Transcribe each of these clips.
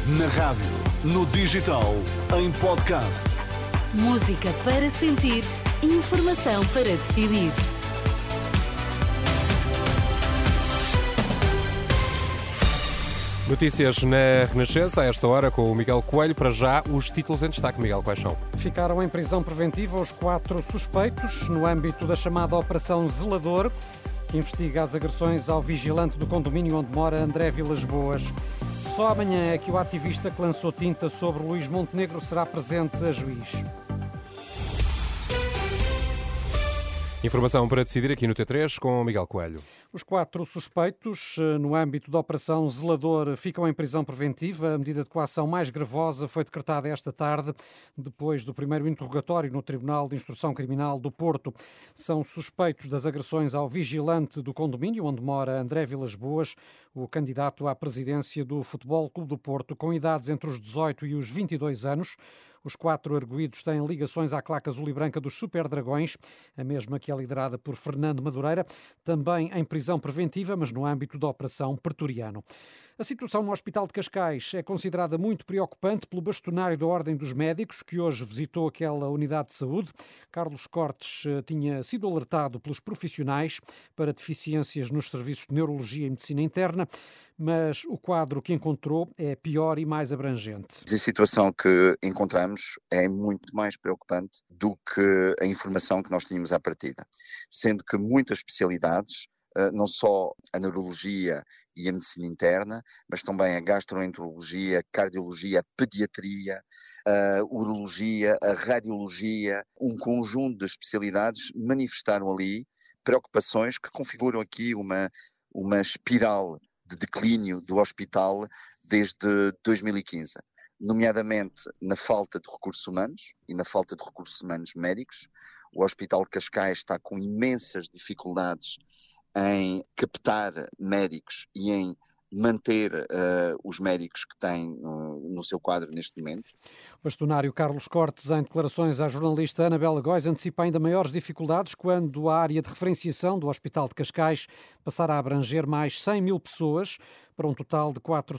Na rádio, no digital, em podcast. Música para sentir, informação para decidir. Notícias na Renascença, a esta hora, com o Miguel Coelho. Para já, os títulos em destaque. Miguel, quais são? Ficaram em prisão preventiva os 4 suspeitos no âmbito da chamada Operação Zelador, que investiga as agressões ao vigilante do condomínio onde mora André Vilas Boas. Só amanhã é que o ativista que lançou tinta sobre Luís Montenegro será presente a juiz. Informação para decidir aqui no T3 com o Miguel Coelho. Os 4 suspeitos, no âmbito da Operação Zelador, ficam em prisão preventiva. A medida de coação mais gravosa foi decretada esta tarde, depois do primeiro interrogatório no Tribunal de Instrução Criminal do Porto. São suspeitos das agressões ao vigilante do condomínio onde mora André Vilas Boas, o candidato à presidência do Futebol Clube do Porto, com idades entre os 18 e os 22 anos. Os 4 arguidos têm ligações à claque azul e branca dos Super Dragões, a mesma que é liderada por Fernando Madureira, também em prisão preventiva, mas no âmbito da Operação Pretoriano. A situação no Hospital de Cascais é considerada muito preocupante pelo bastonário da Ordem dos Médicos, que hoje visitou aquela unidade de saúde. Carlos Cortes tinha sido alertado pelos profissionais para deficiências nos serviços de Neurologia e Medicina Interna, mas o quadro que encontrou é pior e mais abrangente. A situação que encontramos é muito mais preocupante do que a informação que nós tínhamos à partida, sendo que muitas especialidades, não só a neurologia e a medicina interna, mas também a gastroenterologia, a cardiologia, a pediatria, a urologia, a radiologia, um conjunto de especialidades manifestaram ali preocupações que configuram aqui uma espiral de declínio do hospital desde 2015, nomeadamente na falta de recursos humanos e na falta de recursos humanos médicos. O Hospital de Cascais está com imensas dificuldades em captar médicos e em manter os médicos que têm no seu quadro neste momento. O bastonário Carlos Cortes, em declarações à jornalista Anabela Góis, antecipa ainda maiores dificuldades quando a área de referenciação do Hospital de Cascais passar a abranger mais 100 mil pessoas, para um total de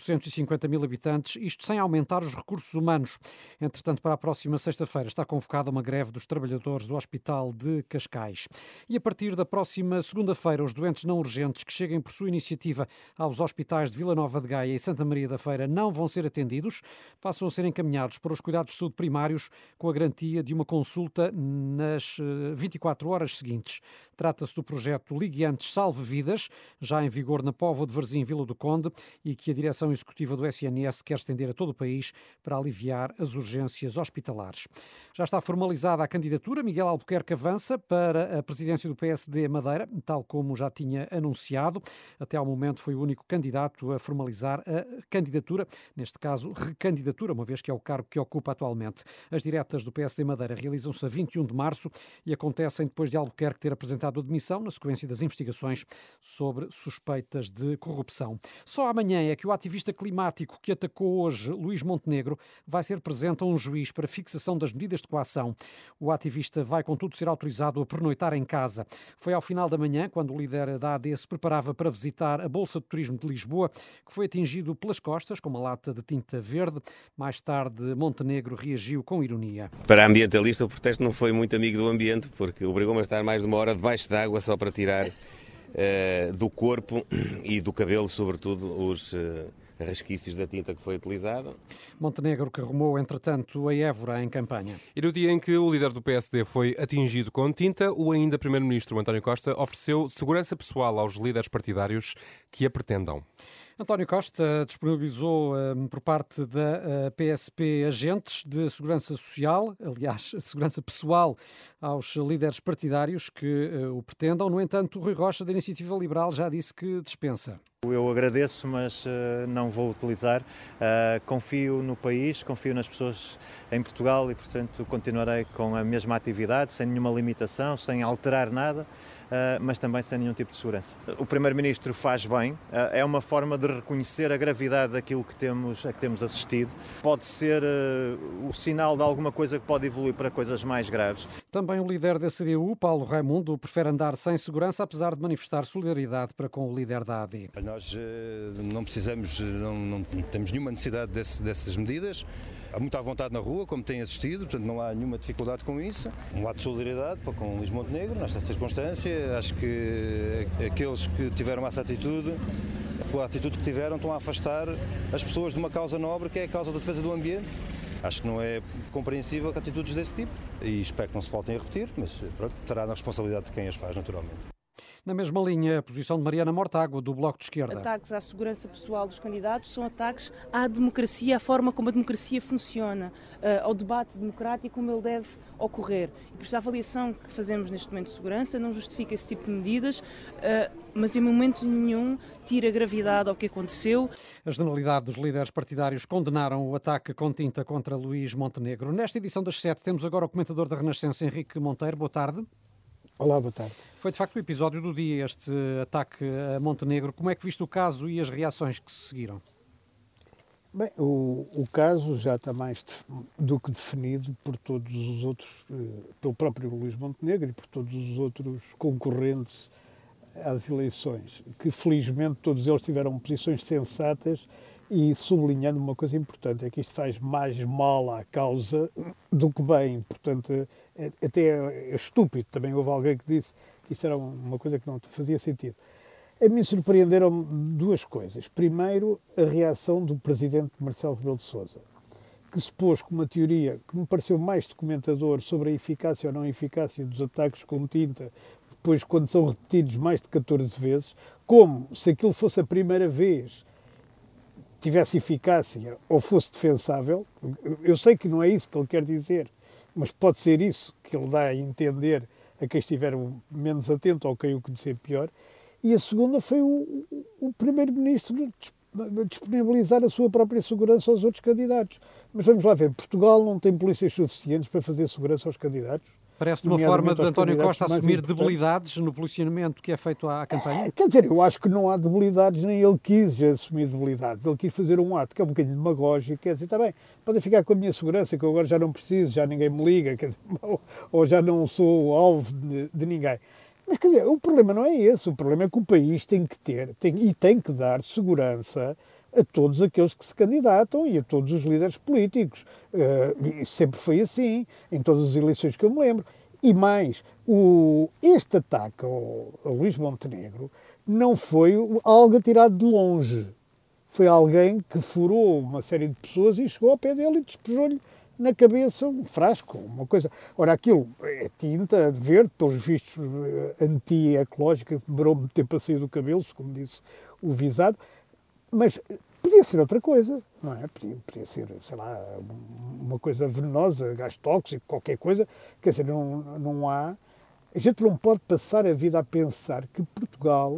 450 mil habitantes, isto sem aumentar os recursos humanos. Entretanto, para a próxima sexta-feira está convocada uma greve dos trabalhadores do Hospital de Cascais. E a partir da próxima segunda-feira, os doentes não urgentes que cheguem por sua iniciativa aos hospitais de Vila Nova de Gaia e Santa Maria da Feira não vão ser atendidos, passam a ser encaminhados para os cuidados de saúde primários com a garantia de uma consulta nas 24 horas seguintes. Trata-se do projeto Ligue Antes Salve Vidas, já em vigor na Póvoa de Varzim, Vila do Conde, e que a direção executiva do SNS quer estender a todo o país para aliviar as urgências hospitalares. Já está formalizada a candidatura. Miguel Albuquerque avança para a presidência do PSD Madeira, tal como já tinha anunciado. Até ao momento foi o único candidato a formalizar a candidatura, neste caso recandidatura, uma vez que é o cargo que ocupa atualmente. As diretas do PSD Madeira realizam-se a 21 de março e acontecem depois de Albuquerque ter apresentado a demissão na sequência das investigações sobre suspeitas de corrupção. Só amanhã é que o ativista climático que atacou hoje Luís Montenegro vai ser presente a um juiz para fixação das medidas de coação. O ativista vai, contudo, ser autorizado a pernoitar em casa. Foi ao final da manhã, quando o líder da AD se preparava para visitar a Bolsa de Turismo de Lisboa, que foi atingido pelas costas com uma lata de tinta verde. Mais tarde, Montenegro reagiu com ironia. Para a ambientalista, o protesto não foi muito amigo do ambiente, porque obrigou-me a estar mais de uma hora debaixo d'água só para tirar do corpo e do cabelo, sobretudo, os resquícios da tinta que foi utilizada. Montenegro que rumou, entretanto, a Évora em campanha. E no dia em que o líder do PSD foi atingido com tinta, o ainda primeiro-ministro António Costa ofereceu segurança pessoal aos líderes partidários que a pretendam. António Costa disponibilizou por parte da PSP agentes de segurança social, aliás, segurança pessoal aos líderes partidários que o pretendam. No entanto, Rui Rocha, da Iniciativa Liberal, já disse que dispensa. Eu agradeço, mas não vou utilizar. Confio no país, confio nas pessoas em Portugal e, portanto, continuarei com a mesma atividade, sem nenhuma limitação, sem alterar nada. mas também sem nenhum tipo de segurança. O Primeiro-Ministro faz bem, é uma forma de reconhecer a gravidade daquilo a que temos assistido. Pode ser o sinal de alguma coisa que pode evoluir para coisas mais graves. Também o líder da CDU, Paulo Raimundo, prefere andar sem segurança, apesar de manifestar solidariedade para com o líder da AD. Nós não precisamos, não temos nenhuma necessidade dessas medidas. Há muita vontade na rua, como tem assistido, portanto não há nenhuma dificuldade com isso. Um ato de solidariedade para com Luís Montenegro, nesta circunstância. Acho que aqueles que tiveram essa atitude, com a atitude que tiveram, estão a afastar as pessoas de uma causa nobre, que é a causa da defesa do ambiente. Acho que não é compreensível que atitudes desse tipo, e espero que não se voltem a repetir, mas pronto, terá na responsabilidade de quem as faz, naturalmente. Na mesma linha, a posição de Mariana Mortágua, do Bloco de Esquerda. Ataques à segurança pessoal dos candidatos são ataques à democracia, à forma como a democracia funciona, ao debate democrático como ele deve ocorrer. E por isso a avaliação que fazemos neste momento de segurança não justifica esse tipo de medidas, mas em momento nenhum tira gravidade ao que aconteceu. A generalidade dos líderes partidários condenaram o ataque com tinta contra Luís Montenegro. Nesta edição das 7 temos agora o comentador da Renascença, Henrique Monteiro. Boa tarde. Olá, boa tarde. Foi de facto o episódio do dia, este ataque a Montenegro. Como é que viste o caso e as reações que se seguiram? Bem, o caso já está mais do que definido por todos os outros, pelo próprio Luís Montenegro e por todos os outros concorrentes às eleições, que felizmente todos eles tiveram posições sensatas e sublinhando uma coisa importante, é que isto faz mais mal à causa do que bem. Portanto, até é estúpido. Também houve alguém que disse que isto era uma coisa que não fazia sentido. A mim surpreenderam duas coisas. Primeiro, a reação do presidente Marcelo Rebelo de Sousa, que se pôs com uma teoria que me pareceu mais documentador sobre a eficácia ou não eficácia dos ataques com tinta, depois quando são repetidos mais de 14 vezes, como se aquilo fosse a primeira vez tivesse eficácia ou fosse defensável. Eu sei que não é isso que ele quer dizer, mas pode ser isso que ele dá a entender a quem estiver menos atento ou quem o conhecer pior. E a segunda foi o Primeiro-Ministro disponibilizar a sua própria segurança aos outros candidatos. Mas vamos lá ver, Portugal não tem polícias suficientes para fazer segurança aos candidatos? Parece-te uma forma de António Costa assumir debilidades no posicionamento que é feito à campanha? Quer dizer, eu acho que não há debilidades, nem ele quis assumir debilidades. Ele quis fazer um ato que é um bocadinho demagógico, quer dizer, está bem, podem ficar com a minha segurança, que eu agora já não preciso, já ninguém me liga, quer dizer, ou já não sou alvo de ninguém. Mas, quer dizer, o problema não é esse, o problema é que o país tem que ter, tem que dar segurança a todos aqueles que se candidatam e a todos os líderes políticos. Isso sempre foi assim, em todas as eleições que eu me lembro. E mais, este ataque a Luís Montenegro não foi algo tirado de longe. Foi alguém que furou uma série de pessoas e chegou ao pé dele e despejou-lhe na cabeça um frasco, uma coisa. Ora, aquilo é tinta verde, pelos vistos anti-ecológica, que demorou muito tempo a sair do cabelo, como disse o visado, mas podia ser outra coisa, não é? Podia ser, sei lá, uma coisa venenosa, gás tóxico, qualquer coisa. Quer dizer, não há... A gente não pode passar a vida a pensar que Portugal...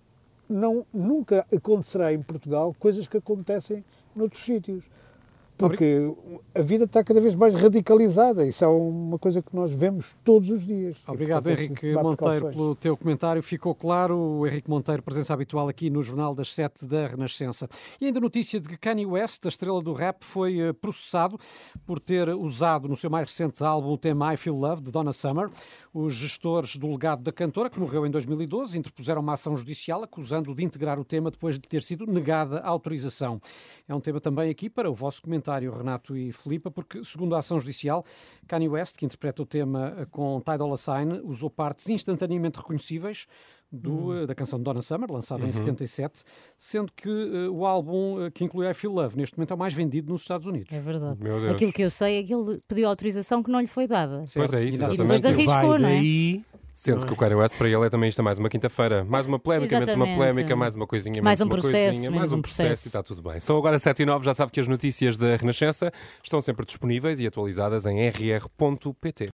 nunca acontecerá em Portugal coisas que acontecem noutros sítios. Porque a vida está cada vez mais radicalizada. Isso é uma coisa que nós vemos todos os dias. Obrigado, Henrique Monteiro, pelo teu comentário. Ficou claro. O Henrique Monteiro, presença habitual aqui no Jornal das 7 da Renascença. E ainda notícia de que Kanye West, a estrela do rap, foi processado por ter usado no seu mais recente álbum o tema I Feel Love, de Donna Summer. Os gestores do legado da cantora, que morreu em 2012, interpuseram uma ação judicial acusando-o de integrar o tema depois de ter sido negada a autorização. É um tema também aqui para o vosso comentário, Renato e Filipa, porque, segundo a ação judicial, Kanye West, que interpreta o tema com Ty Dolla $ign, usou partes instantaneamente reconhecíveis da canção de Donna Summer, lançada em 77, sendo que o álbum que inclui I Feel Love, neste momento, é o mais vendido nos Estados Unidos. É verdade. Aquilo que eu sei é que ele pediu autorização que não lhe foi dada. Pois é isso, exatamente. E depois arriscou, não é? Sendo que o Kanye West, para ele, é também isto, mais uma quinta-feira. Mais uma polémica, menos uma polémica, mais uma coisinha, mais um uma processo, coisinha, mais um processo e está tudo bem. São agora 7h09, já sabe que as notícias da Renascença estão sempre disponíveis e atualizadas em rr.pt.